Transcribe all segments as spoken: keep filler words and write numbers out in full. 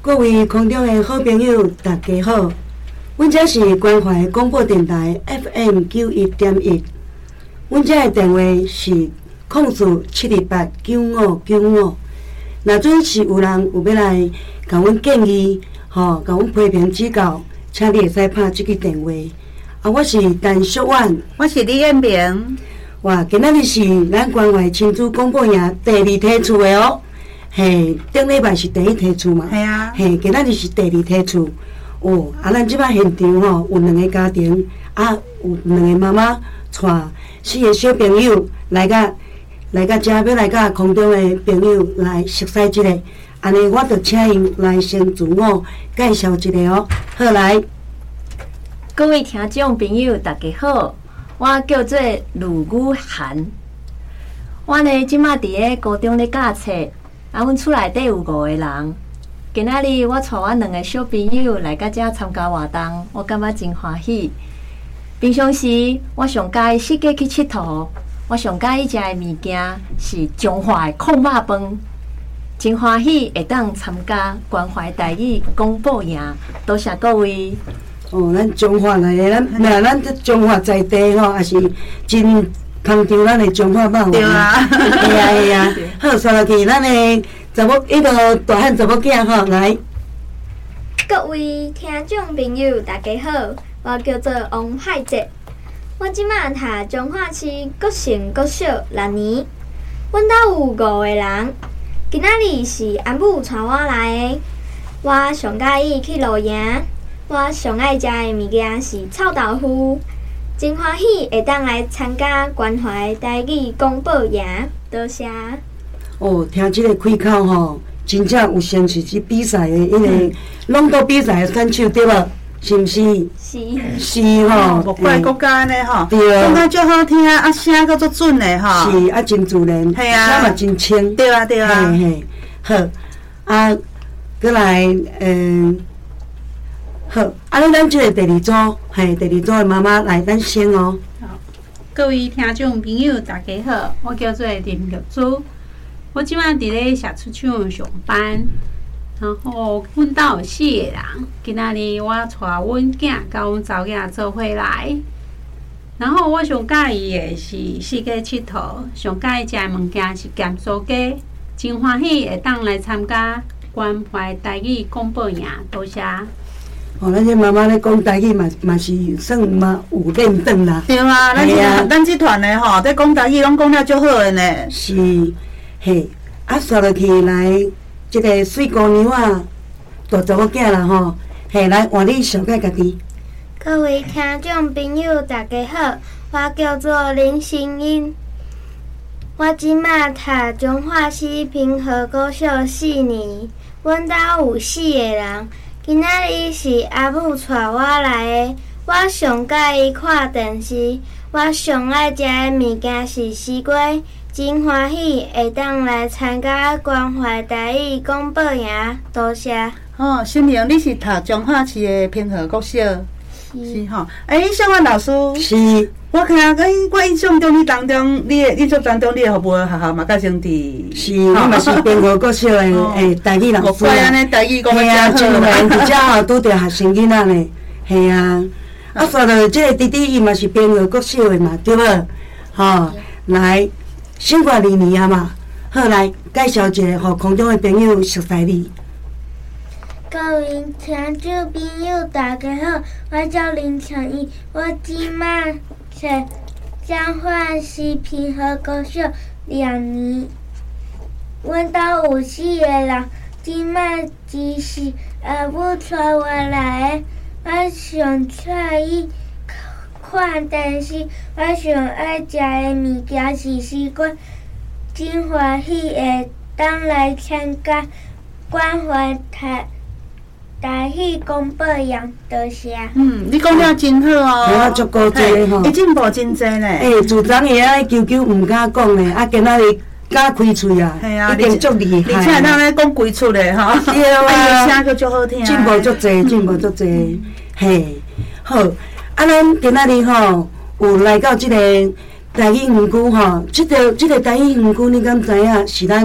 各位空中的好朋友，大家好！阮这是关怀广播电台 F M 九一点一，阮这的电话是空四七二八九五九五。若准是有人有要来甲阮建议，吼，甲阮批评指教，请你会使拍即个电话。啊，我是陈淑婉， 我是李彦平。 哇，今仔日是咱关怀亲子广播营第二梯次的哦。嘿，顶礼拜是第一梯次嘛？ 系啊。 嘿，今仔日是第二梯次。哦，啊，咱即摆现场吼有两个家庭，啊，有两个妈妈带四个小朋友来甲来甲遮，要来甲空中的朋友来熟悉一下。安尼，我着请因来先自我介绍一下哦。好来， 各位听众朋友，大家好，我叫做卢雨涵。我呢，即马伫咧高中咧教册。啊，阮厝内底有五个人，今仔日我带我两个小朋友来到遮参加活动，我感觉真欢喜。平常时我上喜四界去佚佗，我上喜食的物件是中华的控肉饭，真欢喜会当参加关怀台语广播营，多谢各位。 哦，咱中华来的，咱那咱这中华在地吼，也是真。空调咱的中华肉对啊， 系啊系啊，好，刷落去咱的查某迄个大汉查某囝吼，来。 各位听众朋友，大家好，我叫做王海哲，我即马读彰化市国城国小六年，阮兜有五个人，今仔日是阿母带我来的。我上喜意去露营，我上爱食的物件是臭豆腐。真欢喜会当来参加关怀台语广播营，多谢。 哦，听即个开口吼，真正有像是去比赛的迄个朗读比赛的选手对无？是毋是？ 是。 是吼。 无怪国家安尼吼， 对。 讲甲足好听，啊声阁足准的吼。 是啊，真自然。 系啊。 声嘛真清。 对啊，对啊。 嘿嘿，好，啊，过来，嗯。好，啊！你咱即个第二组，嘿，第二组的妈妈来，咱先哦。 好，各位听众朋友，大家好，我叫做林玉珠，我即摆伫咧社出厂上班，然后阮兜有四个人，今仔日我带阮囝甲阮查某囝做伙来，然后我上喜意的是四界佚佗，上喜意食的物件是咸酥鸡，真欢喜会当来参加关怀台语广播营，多谢。 哦，咱这妈妈咧讲台语嘛嘛是算嘛有练转啦。 对啊，咱这咱这团的吼，在讲台语拢讲了足好的呢。 是，嘿，啊，刷落去来，这个水姑娘啊，大查某囝啦吼，嘿，来换你小解家己。 各位听众朋友，大家好，我叫做林心英，我即马读彰化市平和国小四年，阮兜有四个人。今仔日是阿母带我来的，我上喜看电视，我上爱食的物件是西瓜，真欢喜会当来参加关怀台语广播营，多谢。 哦，心玲，你是读彰化市的平和国小，是吼？哎，小婉老师， 是。 我听讲，我印象中你当中，你的印象当中，你的服务学校嘛，甲成伫是，你嘛是平和国小的诶台语老师啊。 怪安尼台语讲得啊， 真好，而且吼拄着学生囡仔呢，系啊。啊，说到即个弟弟，伊嘛是平和国小的嘛，对无？吼，来，小可年年啊嘛，好来介绍一下，互空中的朋友熟悉你。 各位听众朋友，大家好，我叫林长义，我即马在彰化市平和国小两年，阮兜有四个人，即马只是阿母带我来的。我上爱意看电视，我上爱食的物件是西瓜，真欢喜会当来参加关怀台。台语广播营，多谢。 嗯，你讲了真好哦。 对啊，足够济吼。 伊进步真济呢。 诶，自昨个啊，求求毋敢讲呢，啊，今仔日敢开喙啊，一定足厉害。 而且咱咧讲几出的吼。 对啊。 声佫足好听。 进步足济，进步足济。嘿，好，啊，咱今仔日吼有来到即个台语园区吼，即个即个台语园区，你敢知影是咱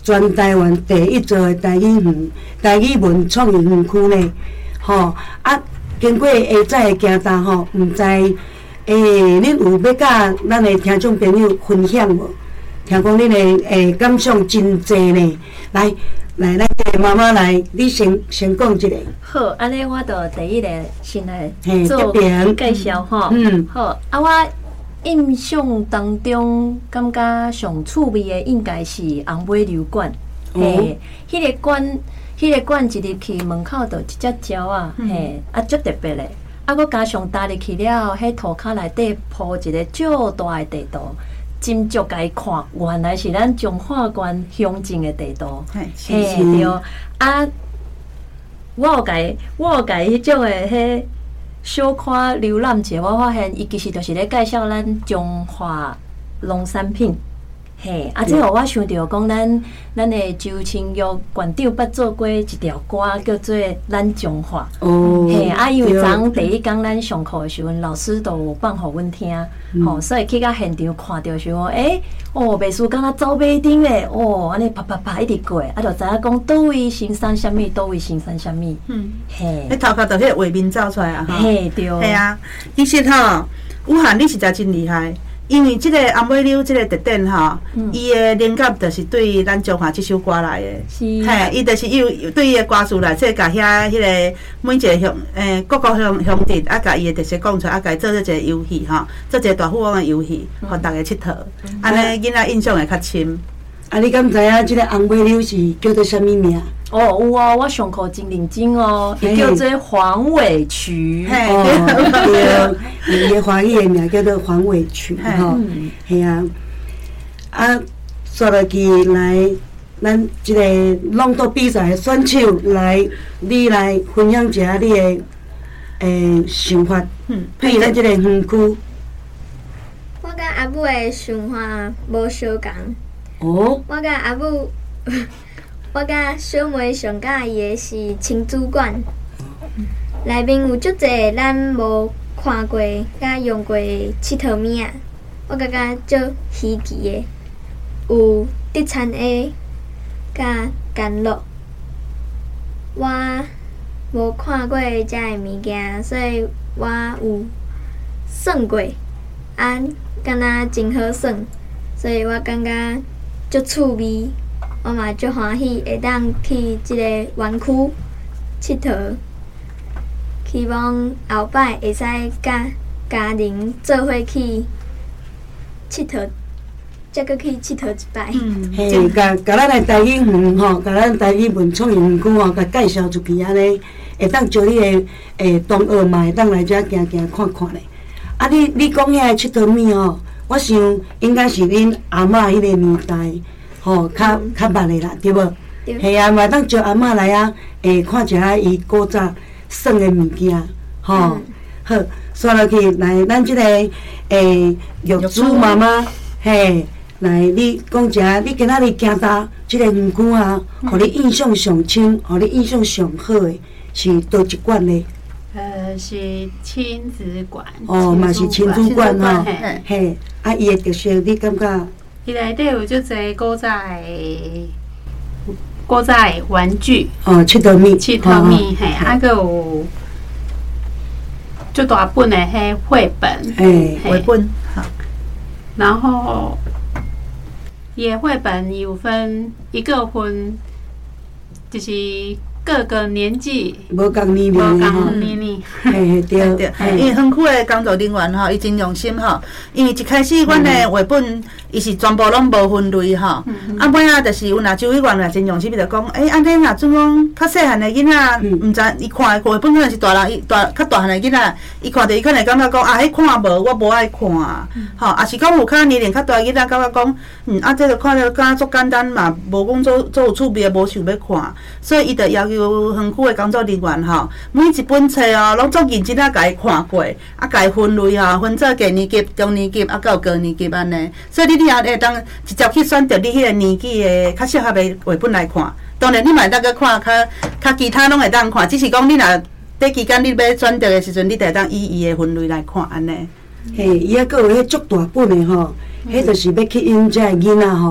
全台湾第一座的台语园、台语文创意园区呢，吼啊，经过下载的行单吼，毋知诶，恁有要甲咱的听众朋友分享无？听讲恁的诶感想真济呢，来来，咱这个妈妈来，你先先讲一个。 好，安尼我就第一个先来嘿做这边介绍吼。 嗯好，啊我印象当中感觉上趣味的应该是红尾流馆。 哦嘿，迄、个馆，迄、个馆一入去门口就一只鸟啊，嘿，啊足特别的。啊，佮加上踏入去了，迄涂骹内底铺一个足大的地图。斟酌甲伊看，原来是咱中华县乡镇的地图。 嘿是嘿对，啊，我有甲伊，我有甲伊迄种诶，迄小可浏览者，我发现伊其实就是咧介绍咱中华农产品。嘿，啊，这互我想到讲，咱咱的周清玉县长捌做过一条歌，叫做《咱中华》。 哦， 嘿，啊，因为对昨第一天咱上课的时阵，老师都有放互阮听，吼、所以去到现场看到时候，诶、哦，袂输敢若走马灯咧，哦，安尼啪啪啪一直过，啊，就知影讲倒位新山啥物，倒位新山啥物， 嗯， 嘿迄，头壳就迄个画面照出来啊，吼。 嘿，对， 系啊，其实吼，武汉你实在真厉害。因为即个红尾柳即个特点吼，伊的灵感就是对咱中华即首歌来的。 是， 嘿，伊就是有对伊的歌词内底，甲遐迄个每一个乡诶各个乡乡镇啊，甲伊的特色讲出来，啊，甲伊做做一个游戏吼，做一个大富翁的游戏，互逐个佚佗，安尼囡仔印象会较深。 啊，你敢知影即个红尾柳是叫做啥物名？ 哦，有哦，我上课真认真哦，伊叫做黄尾渠， 嘿哦，对，伊的华语的名叫做黄尾渠吼，系啊，啊，刷落去来，咱即个朗读比赛的选手来，你来分享一下你的诶想法， 嗯， 对咱即个园区， 我甲阿母的想法无相共。 哦， 我甲阿母，我甲小妹上喜欢的是亲子馆，内面有足侪咱无看过、甲用过的佚佗物仔，我感觉足稀奇的，有地产 A 甲甘露，我无看过遮个物件，所以我有算过，啊，敢若真好算，所以我感觉足趣味，我嘛足欢喜会当去即个园区佚佗。希望后摆会使甲家人做伙去佚佗，再搁去佚佗一摆。 嗯， 嘿，甲甲咱的台语园吼，甲咱台语文创园区吼，甲介绍出去安尼，会当招你的诶同学嘛，会当来遮行行看看咧。啊，你你讲遐个佚佗物吼，我想应该是恁阿嬷迄个年代吼，较较捌的啦，对无？ 对系啊，嘛当招阿嬷来啊，诶，看一下伊古早耍的物件，吼、 嗯好，刷落去来，咱即、这个诶玉珠妈妈，嘿，来你讲一下，你今仔日行到即个园区啊，互、你印象上深，互你印象上好的是倒一馆呢？ 呃，是亲子馆。 哦，嘛是亲子馆吼， 嘿， 嘿，啊，伊的特色你感觉？ 伊内底有足侪古早的古早的玩具、 哦，佚佗物， 佚佗物，嘿，啊，佮有足大本的迄绘本， 嘿， 绘本，好， 然后伊的绘本有分一个分，就是各个年纪无共年无龄的吼， 共年龄。 嘿嘿对对，因为园区的工作人员吼，伊真用心吼。因为一开始阮的绘本，伊是全部拢无分类吼。啊，尾仔就是有若周委员也真用心，伊就讲，诶，安尼若阵讲较细汉的囡仔，毋知伊看的绘本可能是大人，伊大较大汉的囡仔，伊看着伊可能感觉讲，啊，迄看无，我无爱看，吼，啊是讲有较年龄较大的囡仔感觉讲，嗯，啊，这个看着敢足简单嘛，无讲做做有趣味的，无想要看，所以伊就要求园区的工作人员吼，每一本册哦，拢足认真啊，甲伊看过，啊，甲伊分类吼，分做低年级、中年级，啊，到高年级安尼。所以你你也会当直接去选择你迄个年纪的较适合的绘本来看。当然，你嘛会当去看较较其他拢会当看，只是讲你若伫期间你要选择的时阵，你就会当以伊的分类来看安尼。 嘿，伊还佫有迄足大本的吼，迄就是要去引遮囡仔吼，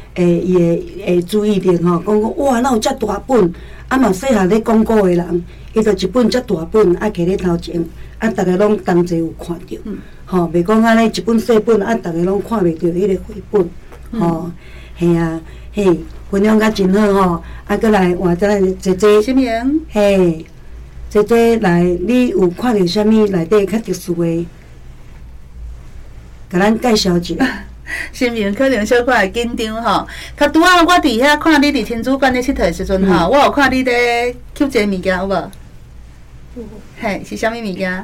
会伊会会注意点吼，讲讲哇，哪有遮大本，啊嘛细汉咧广告的人，伊就一本遮大本啊摕咧头前，啊逐个拢同齐有看着，吼、嗯，袂讲安尼一本细本啊逐个拢看袂着迄个绘本，吼、嗯，嘿啊，嘿，分享甲真好吼，啊，搁来换再姐姐， 什么？ 嘿，姐姐来，你有看到啥物内底较特殊的？甲咱介绍一下。 新明可能小可会紧张吼，较拄仔我伫遐看你伫天主馆咧佚佗的时阵吼，我有看你咧捡一个物件有无？有。嘿，是啥物物件？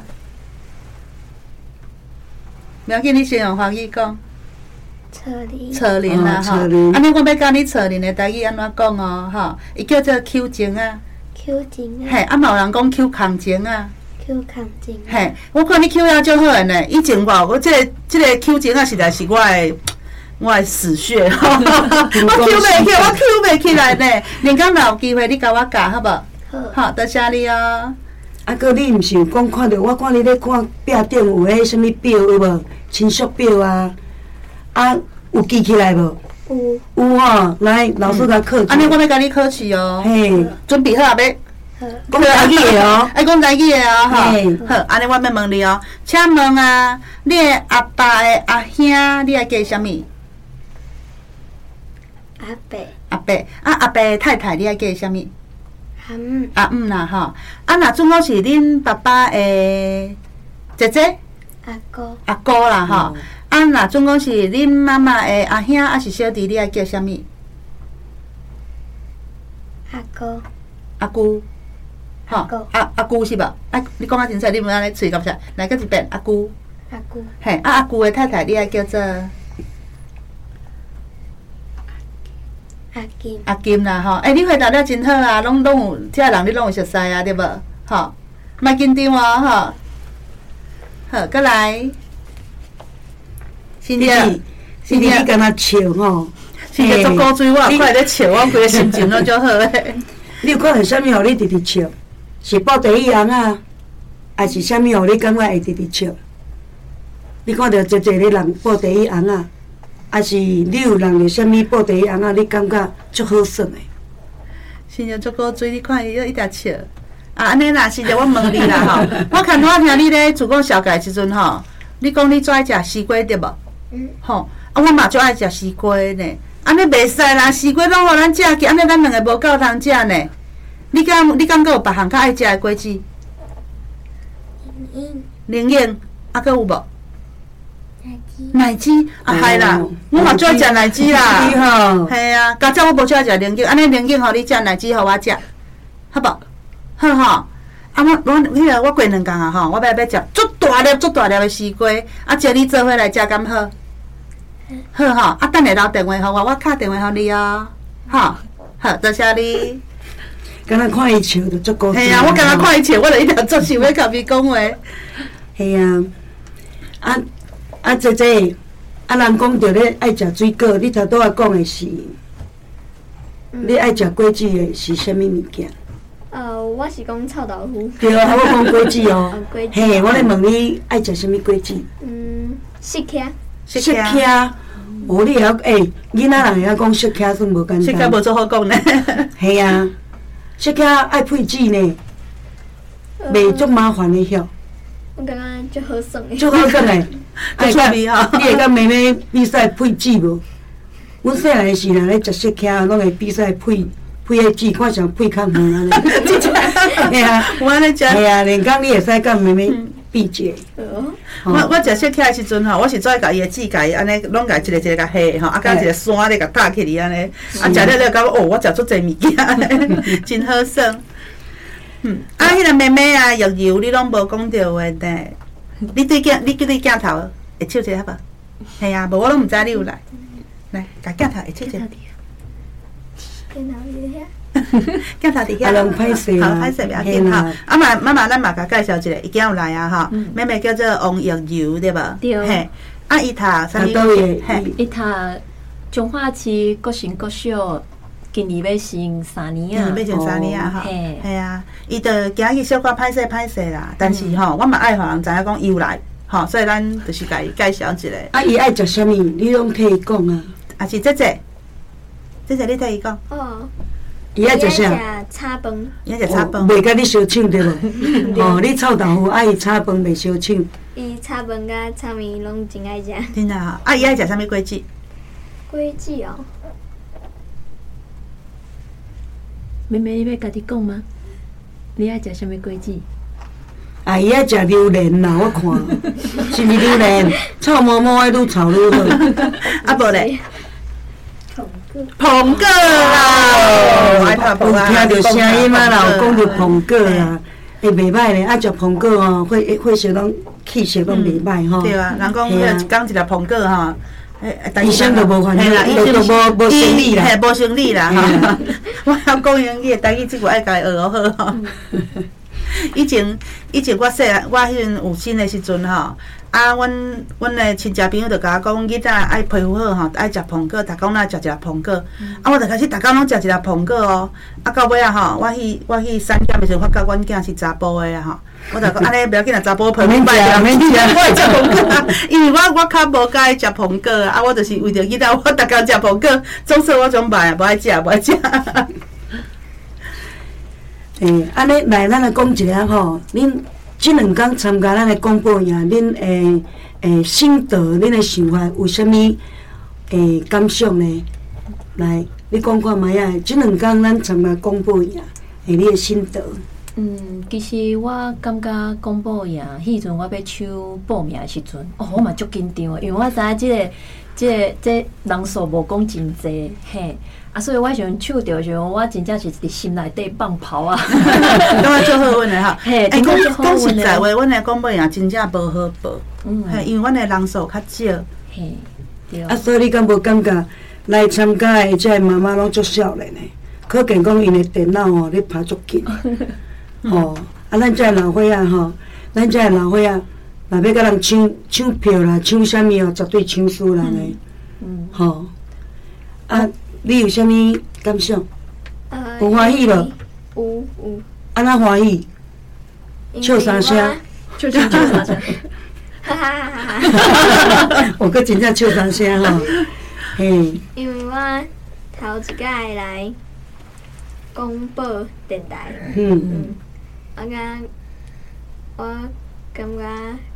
要紧，你先用华语讲。 车铃。 车铃啦吼，安尼我要教你车铃的台语安怎讲哦吼，伊叫做扣钟啊。 扣钟啊。 嘿，啊嘛有人讲扣空钟啊。 扣空钟。 嘿，我看你扣了足好诶呢。以前我我即个即个扣钟啊，实在是我诶我诶死穴，我扣袂起，我扣袂起来呢。连讲若有机会，你甲我教好无？好，好，多谢你哦。 啊，哥，你毋是有讲看到我看你咧看壁顶有迄什物表有无？亲属表啊，啊有记起来无？ 有。 有吼，来老师甲考。 安尼我要甲你考试哦。 嘿， 准备好啊要。 讲台语的哦， 爱讲台语的哦，吼。好，安尼我要问你哦，请问啊，你的阿爸的阿兄，你爱叫啥物？ 阿伯。 阿伯，啊阿伯的太太，你爱叫啥物？ 阿姆。 阿姆啦吼，啊若准讲是恁爸爸的姐姐？ 阿哥。 阿哥啦吼，啊若准讲是恁妈妈的阿兄，还是小弟，你爱叫啥物？ 阿哥。 阿姑。吼，阿阿姑是无？啊，你讲啊真侪，你毋安尼喙讲啥？来个一遍，阿姑。 阿姑。 嘿，啊阿姑的太太，你爱叫做阿金。 阿金啦吼，诶，你回答了真好啊，拢拢有，遮人你拢有熟悉啊，对无？吼，莫紧张哦，吼。好，过来。是的， 是的，你敢若笑吼？ 是的，足古锥，我也快咧笑，我规个心情拢足好诶。 你有看到啥物互你直直笑？是布袋戏红啊，还是啥物互你感觉会直直笑？你看到侪侪咧人布袋戏红啊，还是你有人着啥物布袋戏红啊？你感觉足好耍诶？ 是的，足古锥，你看伊一直笑。啊，安尼啦，是的，我问你啦吼，我看我听你咧自我小解时阵吼，你讲你最爱食西瓜对无？嗯。吼，啊，我嘛最爱食西瓜呢。安尼袂使啦，西瓜拢互咱食去，安尼咱两个无够通食呢。你敢你敢阁有别项较爱食的果子？ 玲玲玲，啊，阁有无？ 奶鸡。 奶鸡啊，系啦，我嘛最爱食奶鸡啦。 吼， 系啊，家姐我无最爱食玲玲，安尼玲玲互你食，奶鸡互我食，好无？好吼。啊，我我迄个我过两工啊吼，我要要食足大粒足大粒的西瓜，啊，请你做伙来食敢好？好吼，啊，等下留电话互我，我敲电话互你哦。吼，好，多谢你。 敢若看伊笑着足高兴。 系啊，我敢若看伊笑，我就一定做想要甲伊讲话。 系啊，啊啊，姐姐，啊，人讲着咧爱食水果，你头拄仔讲的是，你爱食果子的是啥物物件？ 呃，我是讲臭豆腐。 对啊，我讲果子哦。 果子。 嘿，我咧问你爱食啥物果子？ 嗯，雪茄。 雪茄。哦，你会晓诶，囡仔人会晓讲雪茄算无简单。 雪茄无做好讲呢。 系啊，雪茄爱配籽呢，袂足麻烦的晓。 我感觉足好耍的。 足好耍的， 足趣味吼。 你会甲妹妹比赛配籽无？阮细汉时阵咧食雪茄，拢会比赛配配迄籽，看谁配较远安尼。系啊， 我安尼食。 系啊，连讲你会使甲妹妹比一下。 我我食雪茄的时阵吼，我是做甲伊的籽，甲伊安尼拢甲一个一个甲下吼，啊，甲一个山咧甲搭起哩安尼，啊，食了了感觉哦，我食足济物件，真好耍。嗯，啊，迄个妹妹啊，玉柔你拢无讲到的呢。你对镜，你对镜头会笑一下好无？系啊，无我拢毋知你有来。来，甲镜头会笑一下。 镜头伫遐。 镜头伫遐。 啊，人歹势好， 啦。 歹势袂要紧哈。啊嘛，妈妈咱嘛甲介绍一下，伊今有来啊哈。妹妹叫做王玉柔对无？ 对。 嘿，啊，伊读啥物？ 嘿， 伊读彰化市国小国小。今年要升三年啊！ 要升三年啊！吼，系啊，伊着今日小可歹势歹势啦，但是吼，我嘛爱互人知影讲伊有来，吼，所以咱就是甲伊介绍一下。 啊，伊爱食啥物，你拢替伊讲啊。 啊是姐姐， 这是你替伊讲， 哦， 伊爱食啥？ 食炒饭， 伊爱食炒饭。 袂甲你相抢对无？哦，你臭豆腐爱伊炒饭袂相抢。 伊炒饭甲炒面拢真爱食。 真啊吼，啊伊爱食啥物果子？ 果子哦， 妹妹，你要家己讲吗？你爱食什么果子？ 啊，伊爱食榴莲啦，我看是毋是榴莲？臭毛毛的愈臭愈好。 啊无咧， 红果， 苹果啦，爱读有报啊， 听着声音啊啦，有讲着苹果啦，会袂歹咧。爱食苹果哦，会会色拢气色拢袂歹吼。 对啊，人讲迄一工一粒苹果吼。 医生都无烦恼， 嘿啦， 都都无无生理啦， 嘿，无生理啦吼。我晓讲英语，台语即句爱家学好吼。以前以前我细我迄阵有生的时阵吼，啊，阮阮的亲戚朋友就甲我讲，囡仔爱皮肤好吼，爱食苹果，逐工咱食一粒苹果。啊，我就开始逐工拢食一粒苹果哦。啊，到尾啊吼，我去我去三点的时候，发觉阮囝是查甫的啊吼。我就讲安尼，不要紧啦，查甫皮肤歹，免食，我会食苹果啊，因为我我较无介意食苹果啊，啊，我就是为着囡仔，我逐工食苹果，总说我种歹啊，无爱食，无爱食。 诶，安尼来，咱来讲一下吼，恁即两工参加咱的广播营，恁诶诶心得，恁的想法有啥物诶感想呢？来，你讲看卖啊，即两工咱参加广播营，诶，你的心得。 嗯，其实我感觉广播营，迄阵我要抢报名的时阵，哦，我嘛足紧张的，因为我知影即个、即个、即人数无讲真济，嘿，啊，所以我想抢着时候，我真正是伫心内底放炮啊， 感觉足好运的吼。 嘿， 哎， 真正足讲讲好运的。 实在话，阮的广播营真正无好报， 嗯， 嘿，因为阮的人数较少。 嘿，对。 啊，所以你敢无感觉来参加的这妈妈拢足少年的，可见讲因的电脑哦咧拍足紧，吼。啊，咱这老伙仔吼，咱这老伙仔，若要甲人抢抢票啦，抢啥物哦，绝对抢输人的， 嗯， 吼。啊，你有啥物感想？ 呃， 有欢喜无？ 有有。 安怎欢喜？笑三声。 就是就啥声？ 哈哈哈哈哈！ 我搁真正笑三声吼，嘿。 因为我头一届来广播电台， 嗯。 嗯，我感我感觉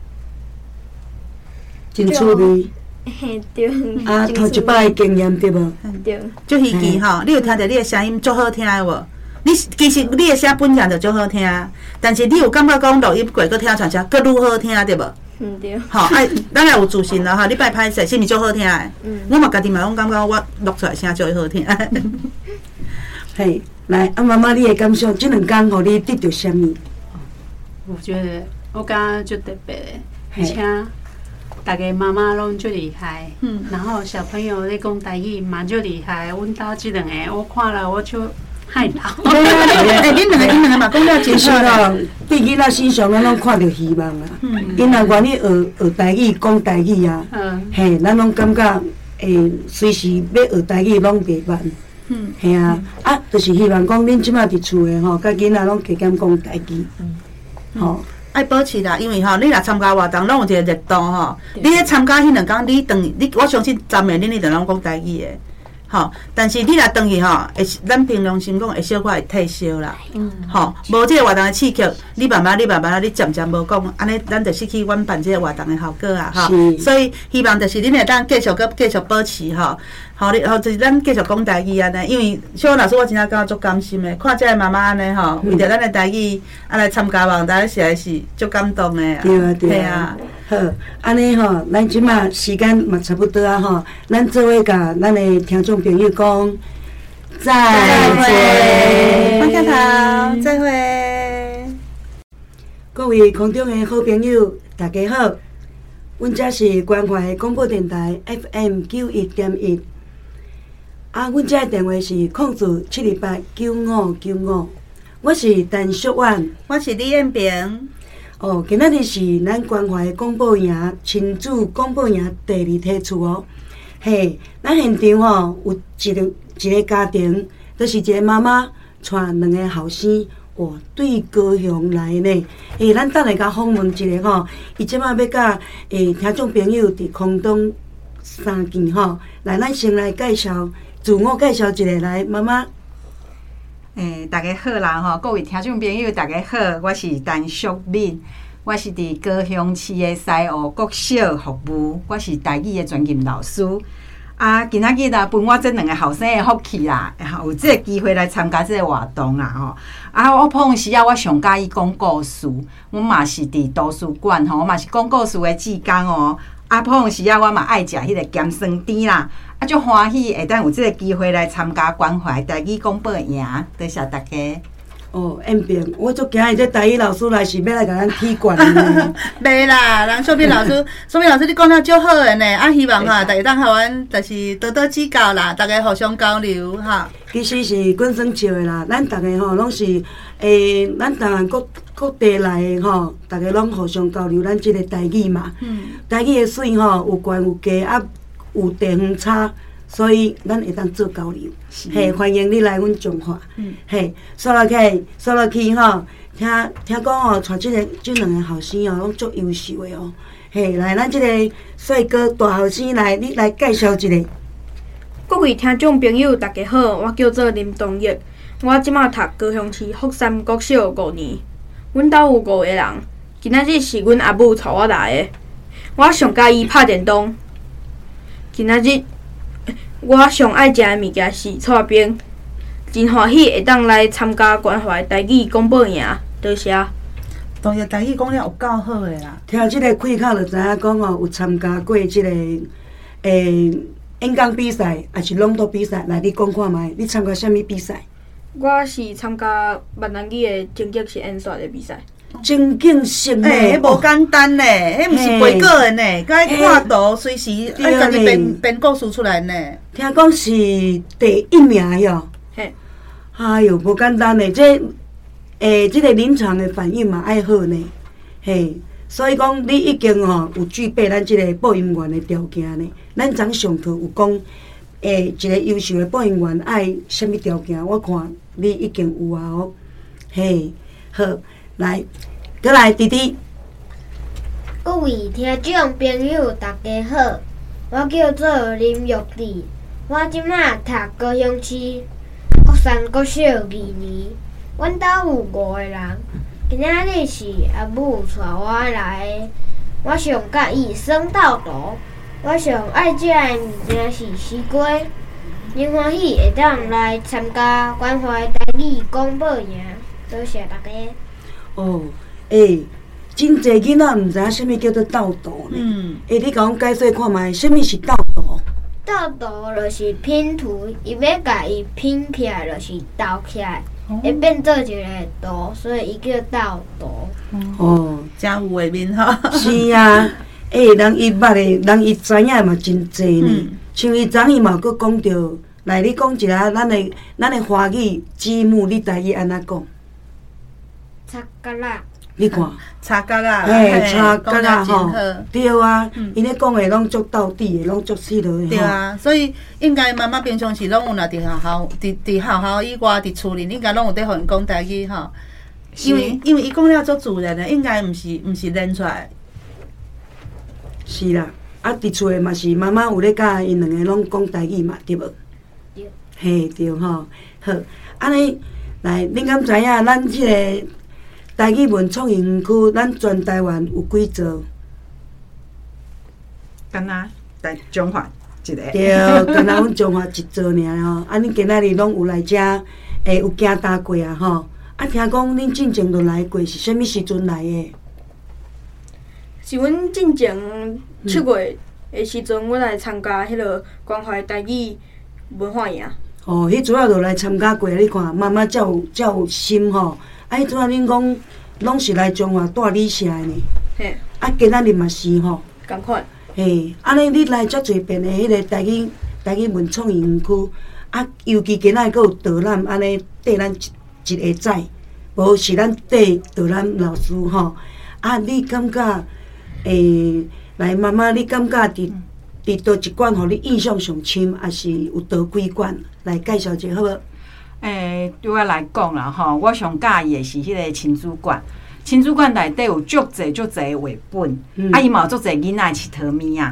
真趣味。 嘿对。 啊，头一摆的经验对无？ 对。 足稀奇吼，你有听着你的声音足好听的无？你其实你的声本身就足好听，但是你有感觉讲录音过搁听传声，搁愈好听对无？ 嗯对。 吼，哎，咱也有自信啦吼，你别歹势，是毋是足好听的？ 嗯。 我嘛家己嘛拢感觉我录出来声足会好听。 嘿，来，啊妈妈，你的感想，即两工互你得到啥物？ 我觉得我感觉就特别的，而且大家妈妈拢最厉害，嗯，然后小朋友咧讲台语嘛就厉害，阮兜即两个我看了我就害恼。 哎，恁两个恁两个嘛讲了真其实好啦。 哦，对囡仔身上咱拢看到希望啦。因若愿意学学台语、讲台语啊， 嗯， 嘿，咱拢感觉诶，随时要学台语拢袂慢。 嗯， 嘿啊，啊，就是希望讲恁即马伫厝诶吼，甲囡仔拢加减讲台语。吼。 爱保持啦，因为吼，你若参加活动，拢有一个热度吼。你咧参加迄两工，你当你我相信昨暝恁一定拢讲台语的，吼。但是你若当去吼，会咱凭良心讲，会小可会退烧啦。嗯。吼，无即个活动的刺激，你慢慢你慢慢你渐渐无讲，安尼咱就失去阮办即个活动的效果啊，吼。所以希望就是恁会当继续搁继续保持吼。吼，你吼就是咱继续讲台语安尼，因为小老师我真正感觉足甘心的，看即个妈妈安尼吼，为着咱的台语啊来参加网台，实在是足感动的啊。 对啊，对啊。好，安尼吼，咱即马时间嘛差不多啊吼，咱做伙甲咱的听众朋友讲再会， 放假头，再会。 各位空中的好朋友，大家好，阮这是关怀广播电台 F M 九一点一。啊，阮遮的电话是控制七二八九五九五，我是陈淑婉， 我是李艳萍。 哦，今仔日是咱关怀广播营亲子广播营第二梯次哦。嘿，咱现场吼有一个一个家庭，就是一个妈妈带两个后生，哇，对高雄来呢。诶，咱等下甲访问一下吼，伊即马要甲诶听众朋友伫空中相见吼，来咱先来介绍。 自我介绍一下来，妈妈。 诶，大家好啦吼，各位听众朋友，大家好，我是陈淑敏，我是伫高雄市的西湖国小服务，我是台语的专任老师。啊，今仔日啦，分我这两个后生的福气啦，有这个机会来参加这个活动啦吼。啊，我碰时啊，我上喜意讲故事，我嘛是伫图书馆吼，我嘛是讲故事的志工哦。啊，碰时啊，我嘛爱食迄个咸酸甜啦。啊，足欢喜会当有即个机会来参加关怀台语广播营，多谢大家。 哦，延平，我足惊伊这台语老师来是要来甲咱踢馆呢。 袂啦，人秀敏老师，秀敏老师你讲了足好的呢。啊，希望哈，大家当互阮就是多多指教啦，大家互相交流哈。 其实是滚耍笑的啦，咱大家吼拢是诶，咱台湾各各地来的吼，大家拢互相交流咱即个台语嘛。嗯。台语的水吼有悬有低啊。有地方差，所以咱会当做交流。嘿，欢迎你来阮中华。嗯、嘿，说落去，说落去吼，听听讲吼，带即、这个即两个后生哦，拢足优秀的哦。嘿，来，咱即个帅哥大后生来，你来介绍一下。 各位听众朋友，大家好，我叫做林东业，我即马读高雄市福山国小五年。阮兜有五个人，今仔日是阮阿母带我来的。我上喜意拍电动。今仔日我上爱食的物件是串冰，真欢喜会当来参加关怀台语广播营，多谢。 当然台语讲了有够好的啦。 听即个开口就知影讲哦，有参加过即、这个诶演讲比赛，还是朗读比赛。来，你讲看觅，你参加啥物比赛？ 我是参加闽南语的正经式演说的比赛。 真景式呢， 诶，迄无简单呢，迄毋是背稿的呢，甲伊看图，随时爱家己编编故事出来呢。 听讲是第一名哟。 嘿， 哎哟，无简单呢，这诶，这个临场的反应嘛爱好呢，嘿，所以讲你已经吼有具备咱这个播音员的条件呢。咱昨上课有讲，诶，一个优秀的播音员爱什么条件？我看你已经有啊哦，嘿，好。来，过来，弟弟。 各位听众朋友，大家好，我叫做林玉丽，我即马读高雄市福山国小二年。阮兜有五个人，今仔日是阿母带我来的。我上喜意耍斗图，我上爱食的物件是西瓜，真欢喜会当来参加关怀台语广播营，多谢大家。哦， 诶、欸，真侪囡仔毋知影啥物叫做斗图呢？嗯，诶、欸，你甲阮解说看觅，啥物是斗图？ 斗图就是拼图，伊要甲伊拼起来，就是斗起来，会、哦、变做一个图，所以伊叫斗图。 哦，真有画面吼。 是啊，诶、欸，人伊捌的，人伊知影嘛真侪呢。嗯、像伊昨伊嘛佫讲着，来你讲一下咱的咱的华语字母，你台语安怎讲？ 插角啦， 你看， 插角啊， 嘿，插角啊，吼，对啊，因咧讲的拢足到底的，拢足细落的。 对啊，所以应该妈妈平常时拢有若伫学校，伫伫学校以外，伫厝里应该拢有伫互因讲台语吼。因为因为伊讲了足自然的，应该毋是毋是练出来。 是啦，啊，伫厝的嘛是妈妈有咧教因两个拢讲台语嘛，对无？ 对。 嘿，对吼，好，安尼来，恁敢知影咱即个？台语文创园区，咱全台湾有几座？ 敢若在中华一个。 对，敢若阮中华一座尔吼。啊，恁今仔日拢有来遮，诶，有行搭过啊吼。啊，听讲恁进前都来过，是啥物时阵来的？ 是阮进前七月的时阵，我来参加迄个关怀台语文化营。 哦，迄主要就来参加过，你看妈妈才有才有心吼。啊！迄阵啊，恁讲拢是来中华带理社的呢。嘿。啊，今仔日嘛是吼。 共款。 嘿，安尼你来遮侪遍的迄个台语台语文创园区，啊，尤其今仔日佫有导览，安尼缀咱一一下载，无是咱缀导览老师吼。啊，你感觉诶，来妈妈，你感觉伫伫倒一馆，互你印象上深，还是有倒几馆来介绍一下好无？ 诶，对我来讲啦吼，我上喜意的是迄个亲子馆。亲子馆内底有足侪足侪的绘本，嗯、啊，伊嘛有足侪囡仔佚佗物啊。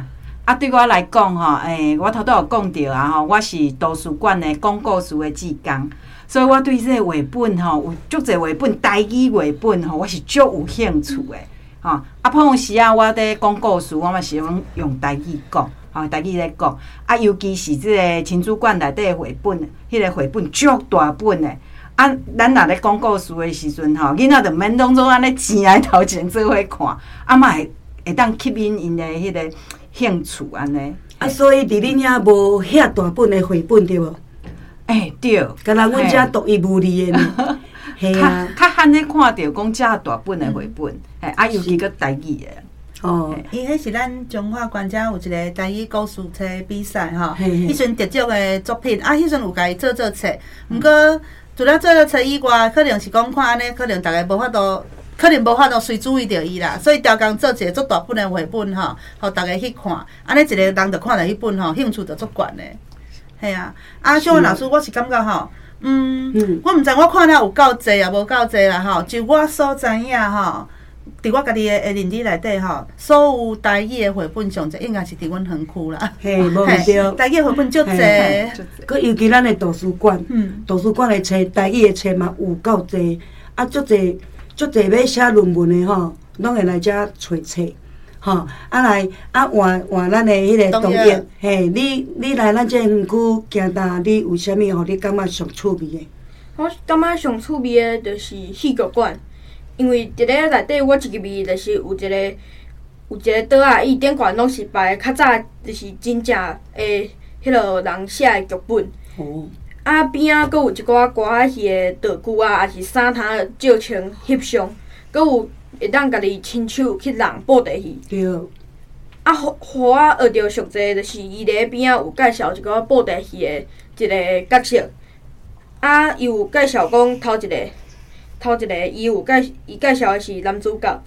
啊，对我来讲吼，诶、欸，我头拄有讲到啊吼，我是图书馆的讲故事的志工，所以我对这个绘本吼，有足侪绘本台语绘本吼，我是足有兴趣的吼。啊，碰时啊，我伫讲故事，我嘛是用用台语讲，吼，台语咧讲。啊，尤其是即个亲子馆内底的绘本，迄、那个绘本足大本的。啊，咱若咧讲故事的时阵吼，囡仔就免当做安尼挤来头前做伙看，啊嘛会会当吸引因的迄个兴趣安尼。 啊，所以伫恁遐无遐大本的绘本对无？ 诶、欸，对。 敢若阮遮独一无二的呢。系啊， 较罕咧看到讲遮大本的绘本，诶、嗯，啊，尤其个台语的。 哦，伊迄是咱中华馆遮有一个台语故事册比赛吼，迄阵得奖的作品，啊，迄阵有家己做做册，毋过除了做做册以外，可能是讲看安尼，可能大家无法度，可能无法度随注意到伊啦，所以调工做一个足大本的绘本吼，互大家去看，安尼一个人就看到迄本吼，兴趣就足悬的，系啊，啊，小文老师，我是感觉吼。嗯，嗯我毋知我看了有够济啊，无够济啦吼。就我所知影吼，伫我家己的认知内底吼，所有台语的绘本上济应该是伫阮园区啦。 嘿，无对。 台语绘本足济， 佮尤其咱的图书馆，嗯，图书馆的册，台语的册嘛有够济，啊，足济足济要写论文的吼，拢会来遮找册。吼，啊来啊换换咱的迄个同业，嘿，你你来咱这园区行呾，你有啥物互你感觉上趣味的？ 我感觉上趣味的，就是戏剧馆，因为伫咧内底，我一入去就是有一个有一个桌仔，伊顶悬拢是摆较早就是真正诶，迄落人写的剧本。哦。啊边仔佫有一寡歌仔戏的道具啊，也是衫摊照穿翕相，佫有。会当家己亲手去弄布袋戏。 对。 啊，互互我学着上济，就是伊伫边仔有介绍一个布袋戏的一个角色。啊，伊有介绍讲头一个，头一个伊有介伊介绍的是男主角。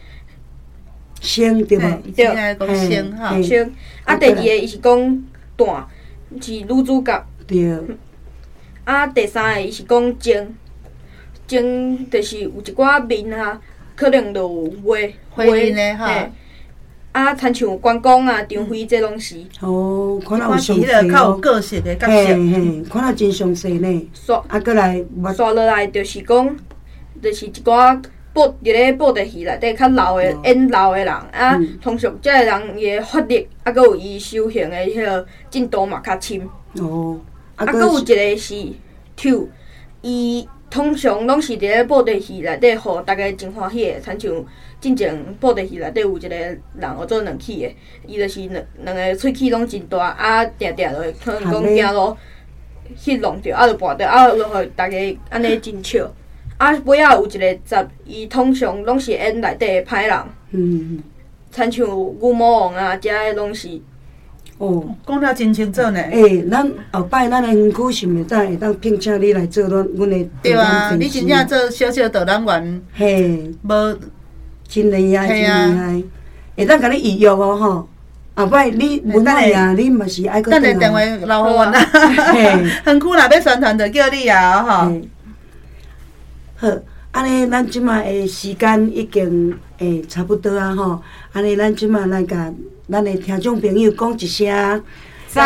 星对无？ 对，讲星哈。 星。啊，第二个伊是讲段，是女主角。 对。 啊，第三个伊是讲精，精就是有一寡面啊。可能就有画画的哈， 啊，亲像关公啊、张飞这拢是。 哦，看到有详细哦。较有个性的角色。 嘿嘿，看到真详细呢。 刷啊，过来， 刷落来就是讲，就是一寡布伫咧布袋戏内底较老的演老的人啊，通常遮个人伊的法力啊，佮有伊修行的迄个进度嘛较深。 哦。 啊，佮有一个是抽，伊。通常拢是伫咧布袋戏内底，互大家真欢喜的。亲像进前布袋戏内底有一个人学做两齿的，伊就是两两个喙齿拢真大，啊，定定就会可能讲行路去弄着，啊，就跋着，啊，就互大家安尼真笑。啊，尾仔有一个集，伊通常拢是演内底的歹人。嗯。亲像牛魔王啊，遮个拢是。 哦，讲了真清楚呢。 诶，咱后摆咱的园区是毋是当会当聘请你来做咱阮的对啊，你真正做小小导览员。 嘿。 无。 真厉害，真厉害。会当甲你预约哦吼。后摆你文仔啊，你嘛是爱搁等下电话留互阮啦。嘿。园区若要宣传，就叫你啊吼。 好，安尼咱即马的时间已经诶差不多啊吼。安尼咱即马来甲。咱的听众朋友讲一声再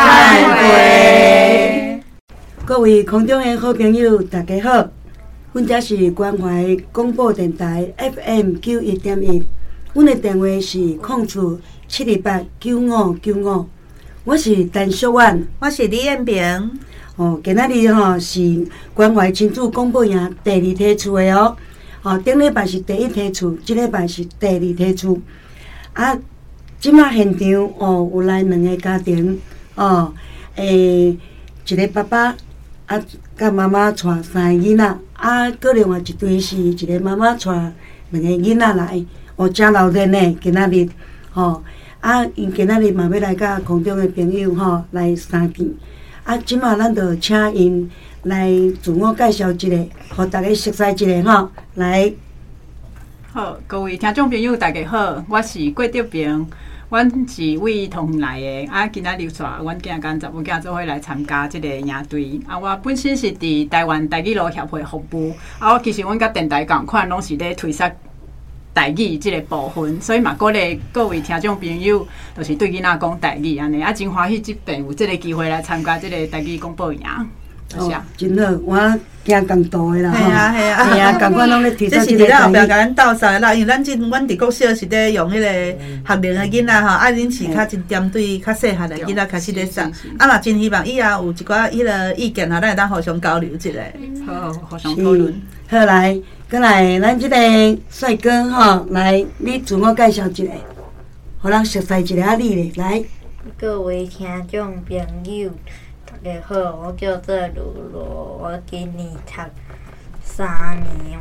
会， 各位空中的好朋友，大家好，阮这是关怀广播电台 F M 九一点一，阮的电话是空四七二八九五九五，我是陈淑婉， 我是李彦平。 哦，今仔日吼是关怀亲子广播营第二梯次的哦，哦，顶礼拜是第一梯次，即礼拜是第二梯次，啊。即马现场哦，有来两个家庭哦，诶，一个爸爸啊，甲妈妈带三个囡仔，啊，搁另外一对是一个妈妈带两个囡仔来，哦，真热闹呢，今仔日，吼，啊，因今仔日嘛要来甲空中的朋友吼来相见，啊，即马咱就请因来自我介绍一下，互大家熟悉一下吼，来。 好，各位听众朋友，大家好，我是郭德平。阮是为同园来的，啊，今仔日带阮囝跟查某囝做伙来参加即个营队。啊，我本身是伫台湾台语路协会服务，啊，我其实阮甲电台共款，拢是咧推广台语即个部分，所以嘛鼓励各位听众朋友，就是对囡仔讲台语安尼，啊真欢喜即边有即个机会来参加即个台语广播营。多谢。 哦，真好，我行共道的啦， 系啊系啊， 系啊，共款拢咧提这倡即个是伫咱后壁甲台语。 咱斗相啦，因为咱即阮伫国小是咧用迄个学龄的囡仔吼，啊恁是较真针对较细汉的囡仔开始咧上，啊嘛真希望以后有一寡迄个意见吼，咱会当互相交流一下。 好，互相讨论。 是，好来，过来，咱即个帅哥吼，来，你自我介绍一下，互人熟悉一下你咧，来。 各位听众朋友，大家好，我叫做露露，我今年读三年。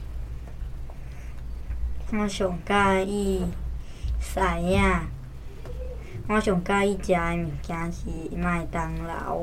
我上介意西啊，我上介意食的物件是麦当劳。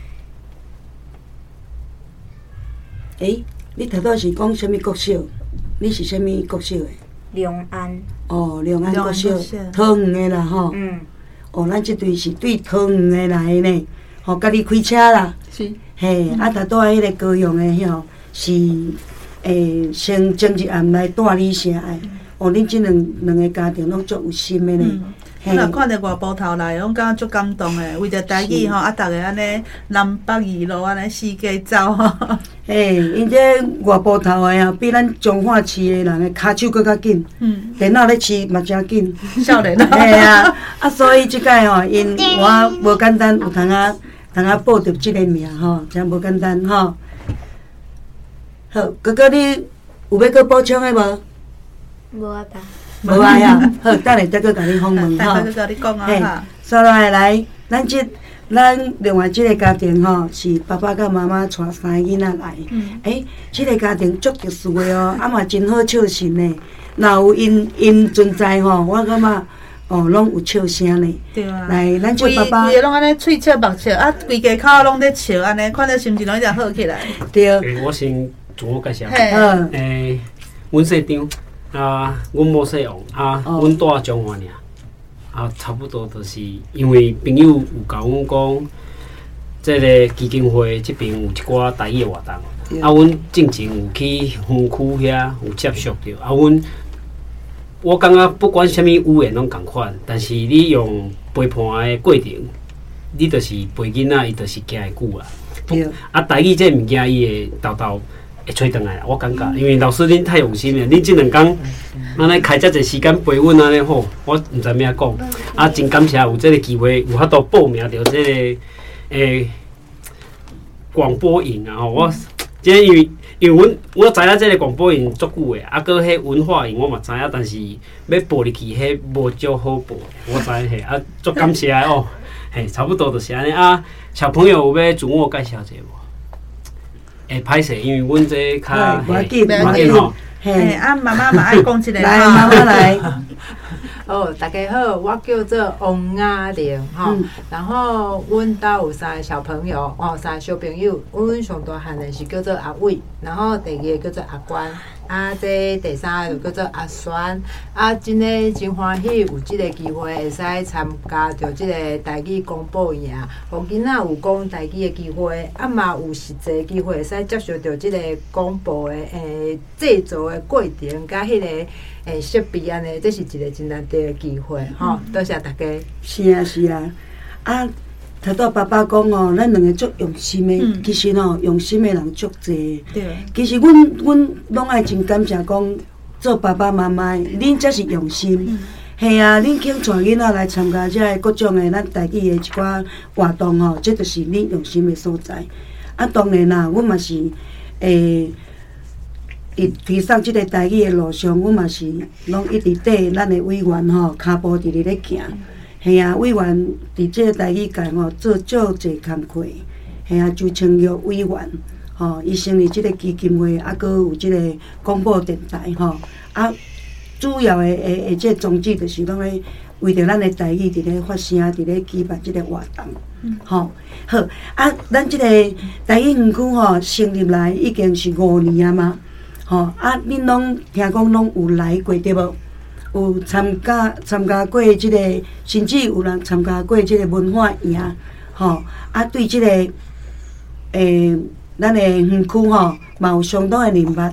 诶、你头拄是讲什物国小？你是什物国小的？ 龙安。 哦，龙安国小龙安国小， 桃园的啦吼。 嗯。 哦，咱即队是对桃园的来的呢，吼，家己开车啦。 是。 嘿，啊，头拄仔迄个高雄的吼，是诶，先前一暗来带你写的。哦，恁即两两个家庭拢足有心的呢。 我若看着外埔头来，拢感觉足感动的。为着台语吼，啊，逐个安尼南北二路安尼四界走吼。 嘿，因这外埔头的啊，比咱彰化市的人的骹手搁较紧。嗯。电脑咧饲嘛真紧。 少年啊。 嘿啊，啊，所以即摆吼，因我无简单有通啊，通啊报着即个名吼，真无简单吼。好，哥哥你有要搁补充的无？ 无啊吧。 无爱啊，好，等下再搁甲你访问吼。 等下再甲你讲啊哈。 所来来，咱即咱另外即个家庭吼，是爸爸甲妈妈带三个囡仔来。嗯。诶，即个家庭足特殊的哦，啊嘛真好笑神呢。若有因因存在吼，我感觉哦，拢有笑声呢。 对啊。 来，咱即爸爸。 规个拢安尼喙笑目笑，啊，规家口拢咧笑，安尼看着心情拢一直好起来。 对。 诶，我先自我介绍。 嘿。 诶，阮社长。啊，阮某姓王，啊，阮住彰化尔，啊，差不多就是因为朋友有甲阮讲，即个基金会即边有一寡台语的活动，啊，阮进前有去园区遐有接触着，啊，阮我感觉不管啥物语言拢共款，但是你用陪伴的过程，你就是陪囡仔，伊就是行会久啦。 对。 啊，台语这物件伊会豆豆。会吹转来啦，我感觉，因为老师恁太用心了，恁即两工安尼开遮济时间陪阮安尼好，我毋知咩讲。啊，真感谢有即个机会，有法度报名着即个诶广播营啊吼，我即因为因为阮我知影即个广播营足久诶，啊，搁迄文化营我嘛知影，但是要报入去迄无足好报，我知嘿，啊，足感谢哦，嘿，差不多就是安尼啊。小朋友有要自我介绍者无？会歹势，因为阮这较无要紧， 无要紧吼。 嘿，啊，妈妈嘛爱讲一个来，妈妈来。 哦，大家好，我叫做王雅玲吼， 嗯、 然后阮家有三个小朋友，哦，三个小朋友，阮上大汉的是叫做阿伟，然后第二个叫做阿关，啊，这第三个就叫做阿璇，啊，真诶真欢喜有即个机会会使参加着即个台语广播营，互囡仔有讲台语的机会，啊嘛有实际机会会使接受着即个广播的诶制作的过程，甲迄个。诶，设备安尼，这是一个真难得的机会，吼、嗯！多谢大家。 是啊，是啊。啊，头拄爸爸讲哦，咱两个足用心的，嗯、其实哦，用心的人足侪。 对。 其实阮阮拢爱真感谢讲，做爸爸妈妈的，恁才是用心。系、嗯、啊，恁肯带囡仔来参加这各种的咱台语的一寡活动吼，这就是恁用心的所在。啊，当然啦，阮嘛是诶。伊提倡即个台语的路上，阮嘛是拢一直缀咱的委员吼，骹步伫咧咧行。系啊，委员伫即个台语界吼做足侪工课。系啊，就成玉委员吼，伊成立即个基金会，啊，搁有即个广播电台吼。啊，主要的诶诶，即个宗旨就是拢咧为着咱的台语伫咧发声，伫咧举办即个活动。吼、好啊，咱即个台语园区吼成立来已经是五年啊嘛。吼、哦、啊！恁拢听讲拢有来过对无？有参加参加过即、这个，甚至有人参加过即个文化营，吼、哦、啊！对即、这个诶，咱、欸、的园区吼嘛有相当的认捌。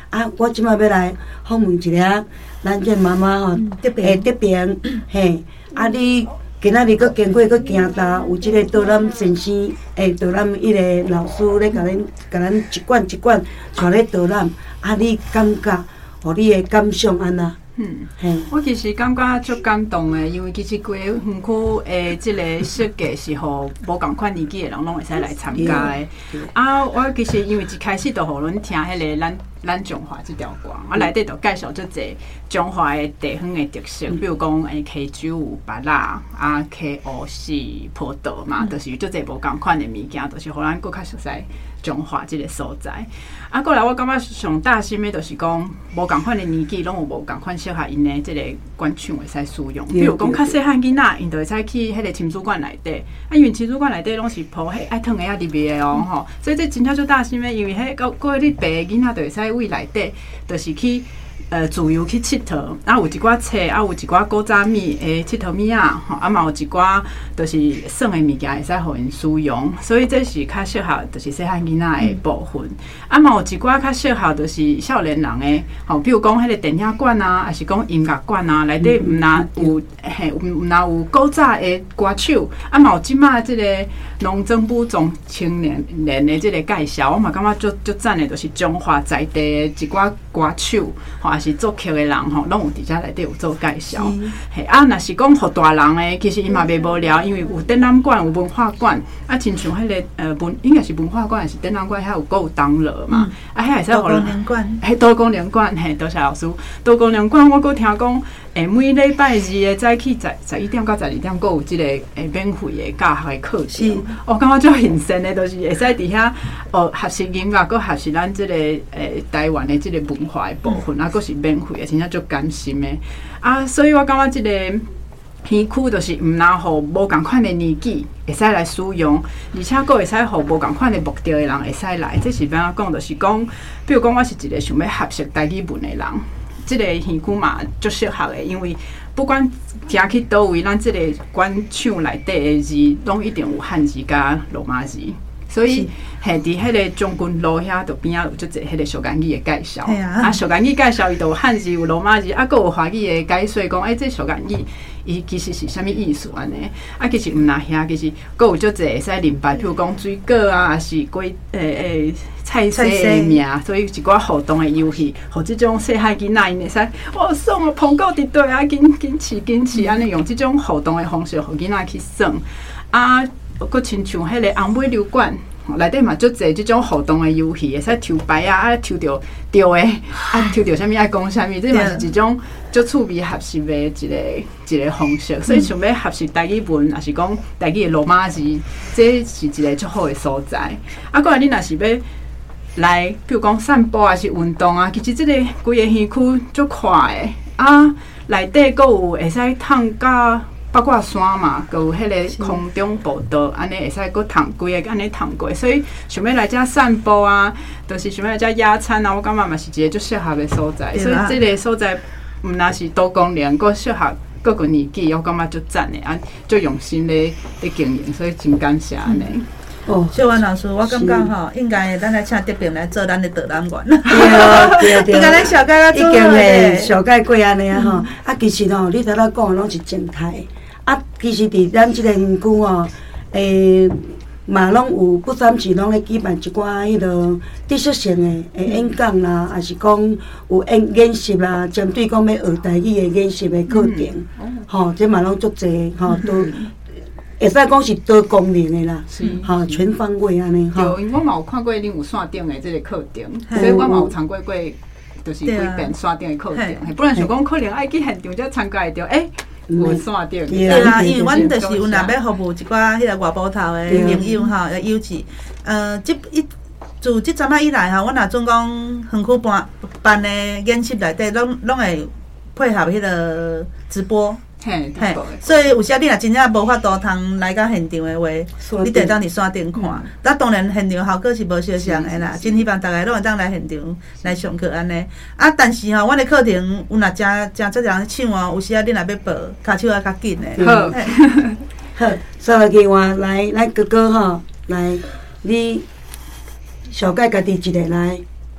啊，我即摆要来访问一下咱这妈妈吼，诶，这边嘿，啊你。今仔日佫经过佫行大，有即个导览先生，诶，导览迄个老师咧，甲咱甲咱一罐一罐带咧导览，啊，你感觉，互你的感想安那？ 嗯， 嘿， 我其实感觉足感动的，因为其实规个园区诶，即个设计是互无共款年纪的人拢会使来参加的。啊，我其实因为一开始就互恁听迄个咱咱中华即条歌，我内底就介绍足侪中华的地方的特色，比如讲诶，溪酒有芭乐，啊，溪乌是葡萄嘛，就是足侪无共款的物件，就是互咱更较熟悉中华即个所在。啊，过来我感觉上大心的，就是讲无共款的年纪，拢有无共款适合因的即个观赏会使使用。比如讲较细汉囡仔，因就会使去迄个亲子馆内底。啊，因为亲子馆内底拢是铺迄爱烫的啊入面的哦吼，所以这真正足大心的，因为迄个过你白的囡仔就会使位内底，就是去。呃，自由去佚佗，啊有一寡册，啊有一寡古早味诶佚佗物啊，吼，啊嘛有一寡就是耍诶物件会使互因使用，所以这是较适合就是细汉囡仔诶部分。啊嘛有一寡较适合就是少年人诶，吼，比如讲迄个电影馆啊，还是讲音乐馆啊，内底毋若有嘿，毋毋若有古早诶歌手，啊嘛有即马即个农政部中青年年诶即个介绍，我嘛感觉足足赞诶，就是中华在地诶一寡歌手，吼。也是作曲的人吼，拢有伫遮内底有做介绍。嘿啊，若是讲互大人诶，其实伊嘛袂无聊，因为有展览馆、有文化馆，啊，亲像迄个呃文，应该是文化馆还是展览馆，遐有够有当乐嘛。啊，遐会使互人。 公园馆。 嘿，多公园馆，嘿，多谢老师。多公园馆，我佫听讲，诶，每礼拜二诶早起十十一点到十二点，佫有即个诶免费诶教学诶课程。我感觉足新鲜诶，就是会使伫遐哦学习音乐，佫学习咱即个诶台湾诶即个文化诶部分，啊，佫是免费诶，真正足甘心诶。啊，所以我感觉即个园区就是毋若互无共款诶年纪会使来使用，而且佫会使互无共款诶目的诶人会使来。这是要安怎讲？就是讲，比如讲，我是一个想要学习台语文诶人。即个园区嘛，足适合的，因为不管行去倒位，咱即个馆场内底的字，拢一定有汉字甲罗马字，所以嘿，伫迄个将军路遐，就边仔有足侪迄个小简语的介绍。啊，小简语介绍伊就有汉字有罗马字，啊，佫有华语的解说，讲诶，这小简语伊其实是啥物意思安尼？啊，其实毋若遐，其实佫有足侪会使联排，譬如讲水果啊，还是果诶诶。菜色的名，所以一寡互动的游戏，互即种细汉囡仔因会使，哇爽啊！捧到伫底啊，紧紧饲紧饲，安尼用即种互动的方式，互囡仔去耍。啊，佫亲像迄个红尾流馆，内底嘛足侪即种互动的游戏，会使抽牌啊，啊抽着对的，啊抽着啥物爱讲啥物，这嘛是一种足趣味学习的一个一个方式。所以想要学习台语文，也是讲台语的罗马字，这是一个足好的所在。啊，过来你若是要。来，比如讲散步还是运动啊，其实即个规个园区足快的啊，内底佫有会使趟到八卦山嘛，佫有迄个空中步道，安尼会使佫趟规个安尼趟过，所以想要来遮散步啊，就是想要来遮野餐啊，我感觉嘛是一个足适合的所在，所以即个所在毋若是多功能，佫适合各个年纪，我感觉足赞的啊，足用心咧咧经营，所以真感谢安尼。 哦，小婉老师，我感觉吼，应该咱来请德平来做咱的导览员。 对对， 应该咱小解啦， 已经诶小解过安尼啊吼。啊，其实吼，你头仔讲拢是静态。啊，其实伫咱即个园区吼，诶，嘛拢有不三时拢咧举办一寡迄落知识性诶诶演讲啦，还是讲有演演习啦，针对讲要学台语诶演习诶课程。吼，这嘛拢足济吼都。会使讲是多功能的啦，吼全方位安尼吼。 对，因为我嘛有看过恁有线顶的即个课程，所以我嘛有参过过，就是几遍线顶的课程。不然想讲可能爱去现场才参加会着，诶，有线顶。 对啊，因为阮就是有若要服务一寡迄个外埔头的朋友吼，来优质。呃，即一自即阵仔以来吼，阮若总讲园区办办的演习内底，拢拢会配合迄个直播。 嘿，嘿， 所以有时你若真正无法度通来到现场的话，你得当伫线顶看。那当然现场效果是无相像的啦，真希望大家拢会当来现场来上课安尼。啊，但是吼，阮的课程有若真真侪人抢哦，有时啊你若要报，骹手啊较紧的。 好， 好，稍微给我来来哥哥吼，来你小解家己一个来。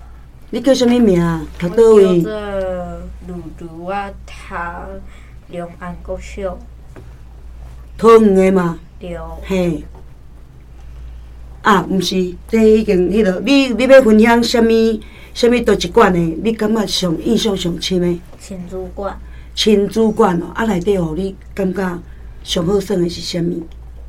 你叫什么名啊？读倒我位？ 叫做露露，我读龙安国小。 桃园的嘛？ 对。 嘿。啊，毋是，这已经迄落，你你要分享什物什物倒一馆的？你感觉上印象上深的？ 亲子馆。 亲子馆哦，啊内底互你感觉上好耍的是啥物？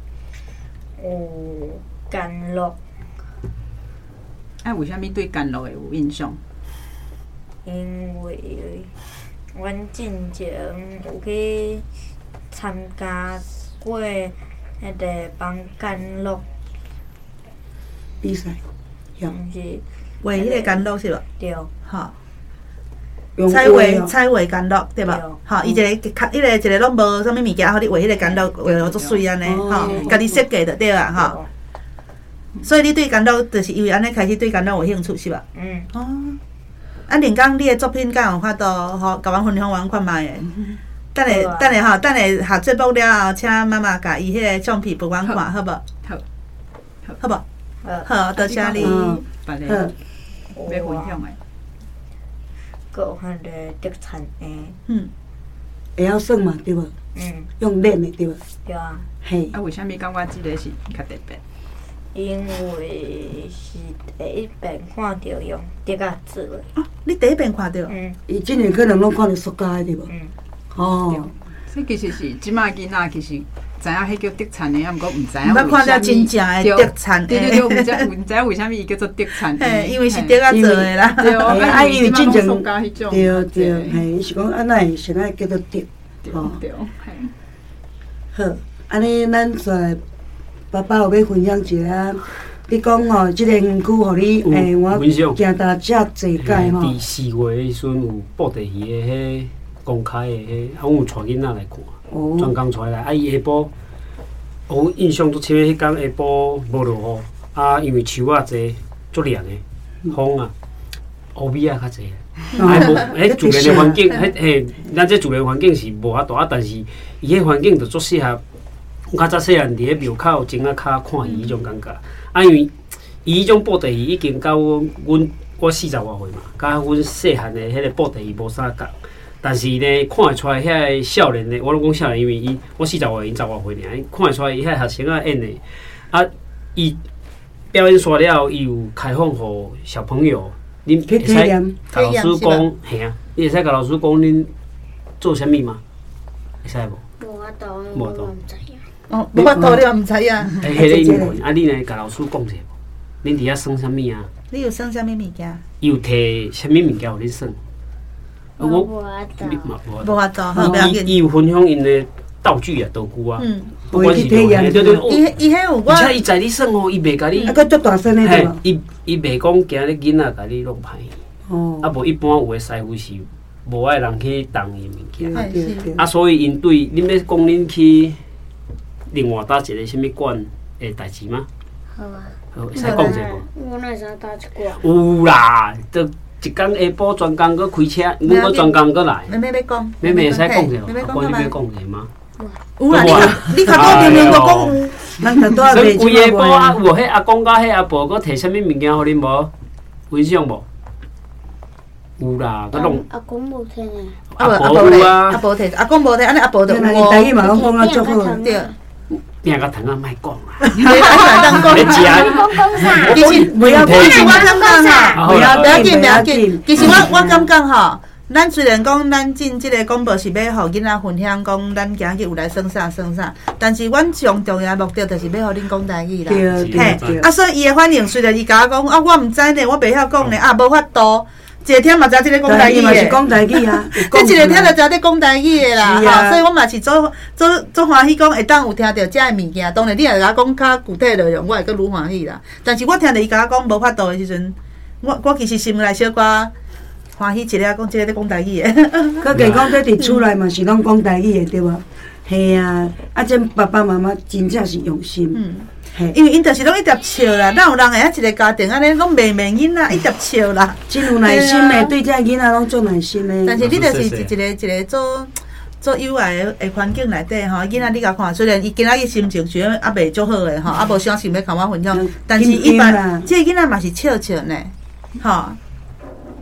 有甘露。 啊，为虾米对甘露会有印象？ 因为阮进前有去参加过迄个放甘露比赛， 毋是画迄个甘露是无？ 对， 吼。 用彩画哦画彩画甘露对无？吼，伊一个较迄个一个拢无啥物物件，互你画迄个甘露画到足水安尼，吼，家己设计就对啊，吼。所以你对甘露就是因为安尼开始对甘露有兴趣是吧？ 嗯。 哦。啊，连讲你的作品敢有法度吼，甲阮分享阮看卖诶。等下等下吼，等下下节目了后，请妈妈甲伊迄个相片拨阮看，好无？ 好， 好无？好，多谢你。 别个要分享诶。 佮有迄个德产诶。 嗯。 会晓算嘛对无？ 嗯。 用练的对无？ 对啊。 嘿。 啊，为虾米感觉即个是较特别？ 因为是第一遍看到用竹仔做的。 哦，你第一遍看到？ 嗯。 伊之前可能拢看到塑胶的对无？ 嗯。 哦。 所以其实是即摆囡仔其实知影迄叫竹产的，啊，毋过毋知影。 毋捌看到真正的竹产。 对对对，毋知毋知为虾米伊叫做竹产。 嘿，因为是竹仔做的啦。 对， 啊，因为进前对对，嘿，伊是讲安那先爱叫做竹。 哦。对，嘿。 好，安尼咱在。爸爸有要分享一下，你讲吼，即个园区，互你诶，我行到遮济届吼。 伫四月迄时阵有布袋戏的迄公开的迄，啊，阮有带囡仔来看，专工带来。啊，伊下晡，我印象足深诶，迄天下晡无落雨，啊，因为树仔济，足凉诶，风啊，乌米啊较济。啊，无，迄自然诶环境，迄嘿，咱这自然环境是无遐大，啊，但是伊迄环境就足适合。较早细汉伫咧庙口前仔骹看伊迄种感觉，啊，因为伊迄种布袋戏已经甲阮阮我四十外岁嘛，甲阮细汉的迄个布袋戏无啥共。但是呢，看会出来遐个少年的，我拢讲少年，因为伊我四十外岁，伊十外岁尔，看会出来伊遐学生仔演的，啊，伊表演煞了，伊有开放互小朋友，恁会使甲老师讲，嘿啊，你会使甲老师讲恁做啥物嘛？会使无？ 无法度， 无法度。 哦，无法度，你也毋知影。 诶，迄个英文，啊，你呢？甲老师讲者无？恁伫遐算啥物啊？ 你有算啥物物件？ 伊有摕啥物物件互你算？ 我无法度， 无法度，好，不要紧。 伊有分享因的道具啊、道具啊， 嗯， 不管是对对对， 伊伊迄有我， 而且伊知你算哦，伊袂甲你， 啊，佮足大声的对无？ 伊伊袂讲今日囡仔甲你弄歹， 哦， 啊，无一般有诶师傅是无爱人去动伊物件， 啊， 所以因对恁要讲恁去。另外搭一个什么馆的代志吗？ 好啊。 好，会使讲者无？ 我哪会使搭一馆？ 有啦，就一工下晡专工搁开车，阮搁专工搁来。 妹妹要讲， 妹妹会使讲者无？ 阿婆你要讲者吗？ 有啦，你你较多明明就讲有。 咱就多所以规下晡啊，有迄阿公甲迄阿婆搁摕啥物物件互恁无？分享无？有啦，佮弄。 阿公无听诶。 阿婆有啊，阿婆摕，阿公无摕，安尼阿婆就有。 伊台语嘛拢讲啊足好。 对。 饼甲糖啊，莫讲啦！ 你食， 讲讲啥？ 其实不要紧， 我感觉哈， 不要紧，不要紧。其实我我感觉吼，咱虽然讲咱进即个广播是要互囡仔分享，讲咱今日有来算啥算啥，但是阮上重要的目的就是要互恁讲台语啦。嘿，啊，所以伊的反应虽然伊甲我讲啊，我毋知呢，我袂晓讲呢，啊，无法度。一个听嘛知即个讲台语的，是讲台语啊。 即一个听就知你讲台语的啦，吼，所以我嘛是做做做欢喜，讲会当有听到遮个物件。当然，你若甲我讲较具体内容，我会阁愈欢喜啦。但是我听着伊甲我讲无法度的时阵，我我其实心内小可欢喜一下，讲即个咧讲台语的。 佮计讲，这伫厝内嘛是拢讲台语的，对无？系啊，啊，这爸爸妈妈真正是用心。嗯。 因为因就是拢一直笑啦，哪有人会啊一个家庭安尼拢卖卖囡仔一直笑啦， 真有耐心的，对这囡仔拢做耐心的。 但是你就是一个一个做做友爱的的环境内底吼，囡仔你甲看，虽然伊今仔日心情虽然也袂足好的吼，也无想想要甲我分享，但是伊把这个囡仔嘛是笑笑呢，吼。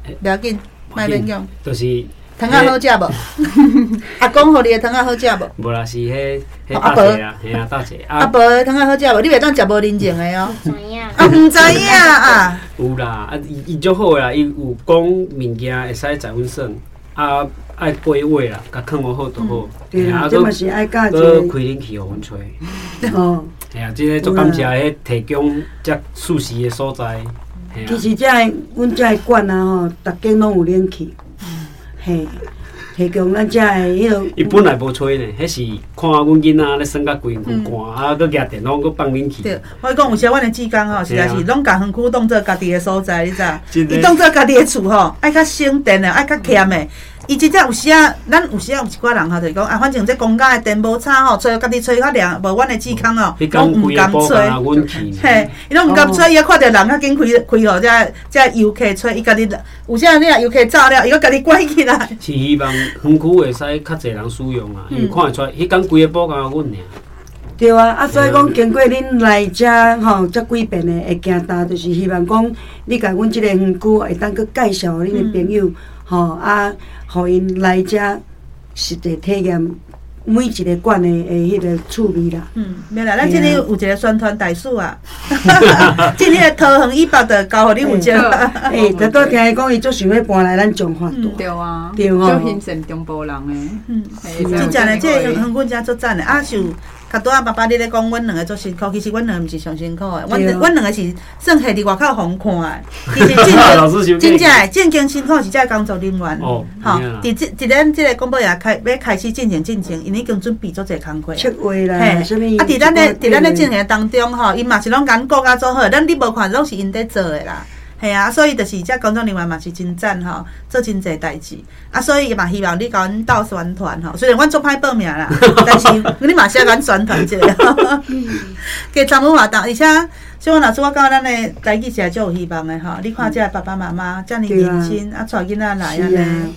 不要紧，莫勉强。 就是汤仔好食无？阿公互你的汤仔好食无？ 无啦，是迄迄阿大姐啦，嘿啊大姐阿啊， 婆的汤仔好食无？你袂当食无人情的哦。 怎样？ 啊，毋知影啊。 有啦，啊伊伊足好啦，伊有讲物件会使在阮算，啊爱八位啦，甲藏好好就好。 对啦，这嘛是爱教一搁个开冷气互阮吹。 哦。 嘿啊，即个足感谢迄提供遮舒适的所在。嘿啊其实遮个阮遮个馆啊吼，逐间拢有冷气，嘿，提供咱遮个迄落。 伊本来无吹呢，迄是看阮囡仔咧耍甲规身躯寒，啊，搁举电脑，搁放冷气。 对，我讲有时阮的志工吼，实在是拢甲园区当做家己的所在，你知真的伊当做家己的厝吼，爱较省电的，爱较俭的。伊真正有时啊，咱有时啊有一寡人吼，就是讲啊，反正这公家的电无差吼，吹家己吹较凉，无阮的志工哦，拢毋甘吹。嘿，伊拢毋甘吹，伊啊看到人较紧开开互遮遮游客吹，伊家己有时啊，你若游客走了，伊搁家己关起来。 是希望园区会使较侪人使用啊，因为看会出来，迄间规个补敢阮尔。 对啊，啊，所以讲经过恁来遮吼，遮几遍的会行大，就是希望讲你甲阮即个园区会当去介绍恁的朋友，吼啊，互因来遮实地体验每一个馆的的迄个趣味啦。 嗯，没啦，咱今日有一个宣传大使啊，今日桃园一百的交互你负责。 诶，拄拄听伊讲，伊足想要搬来咱中华大。 对啊， 对吼， 足欣赏中部人诶。 嗯，真正诶，即个园区遮足赞诶，啊是。较拄仔爸爸你咧讲，阮两个做辛苦，其实阮两个毋是上辛苦诶，阮阮两个是算下伫外口互看诶。其实真真正诶，正经辛苦是遮工作人员。 哦， 吼，伫即伫咱即个广播业开要开始进行进行，因已经准备做者工课。 策划啦，什么？ 啊，伫咱咧伫咱咧进行当中吼，因嘛是拢甲顾甲做好，咱你无看拢是因在做诶啦。系啊，所以就是遮工作人员嘛是真赞吼，做真侪代志。啊，所以嘛希望你甲阮斗宣传吼。虽然阮做歹报名啦，但是你嘛是要甲阮宣传者。加参与活动，而且小王老师，我感觉咱的台语是足有希望的吼。你看遮爸爸妈妈遮尔认真，啊，带囡仔来安尼。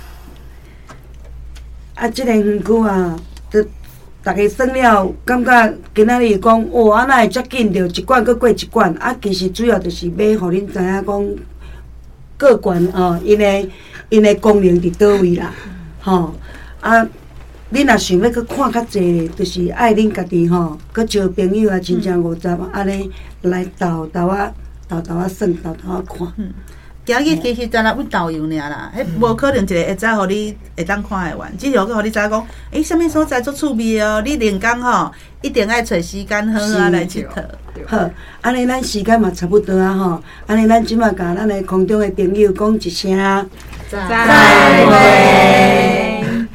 啊，即个园区啊，都大家算了，感觉今仔日讲，哇，安那会遮紧着一关搁过一关，啊，其实主要就是要互恁知影讲，各馆哦，因的因的功能伫倒位啦，吼，啊，恁若想要去看较济，就是爱恁家己吼，搁招朋友啊，亲像五十啊，安尼来斗斗啊，斗斗啊算，斗斗啊看。 今日其实咱来阮导游尔啦，迄无可能一个会知互你会当看会完，只是互你知讲，诶，啥物所在足趣味哦，你连工吼一定爱找时间好好来佚佗。 好，安尼咱时间嘛差不多啊吼，安尼咱即马甲咱的空中的朋友讲一声， 再会。